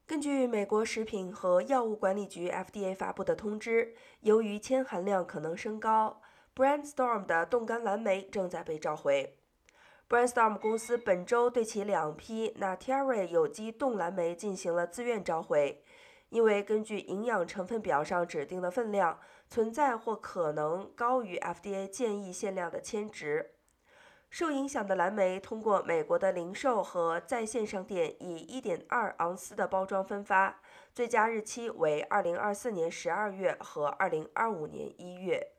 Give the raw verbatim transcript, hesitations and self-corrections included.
根据美国食品和药物管理局 F D A 发布的通知，由于铅含量可能升高，Brainstorm 的冻干蓝莓正在被召回。Brainstorm 公司本周对其两批 Natera 有机冻蓝莓进行了自愿召回，因为根据营养成分表上指定的分量，存在或可能高于 F D A 建议限量的铅值。受影响的蓝莓通过美国的零售和在线商店以 一点二 盎司的包装分发，最佳日期为二零二四年十二月和二零二五年一月。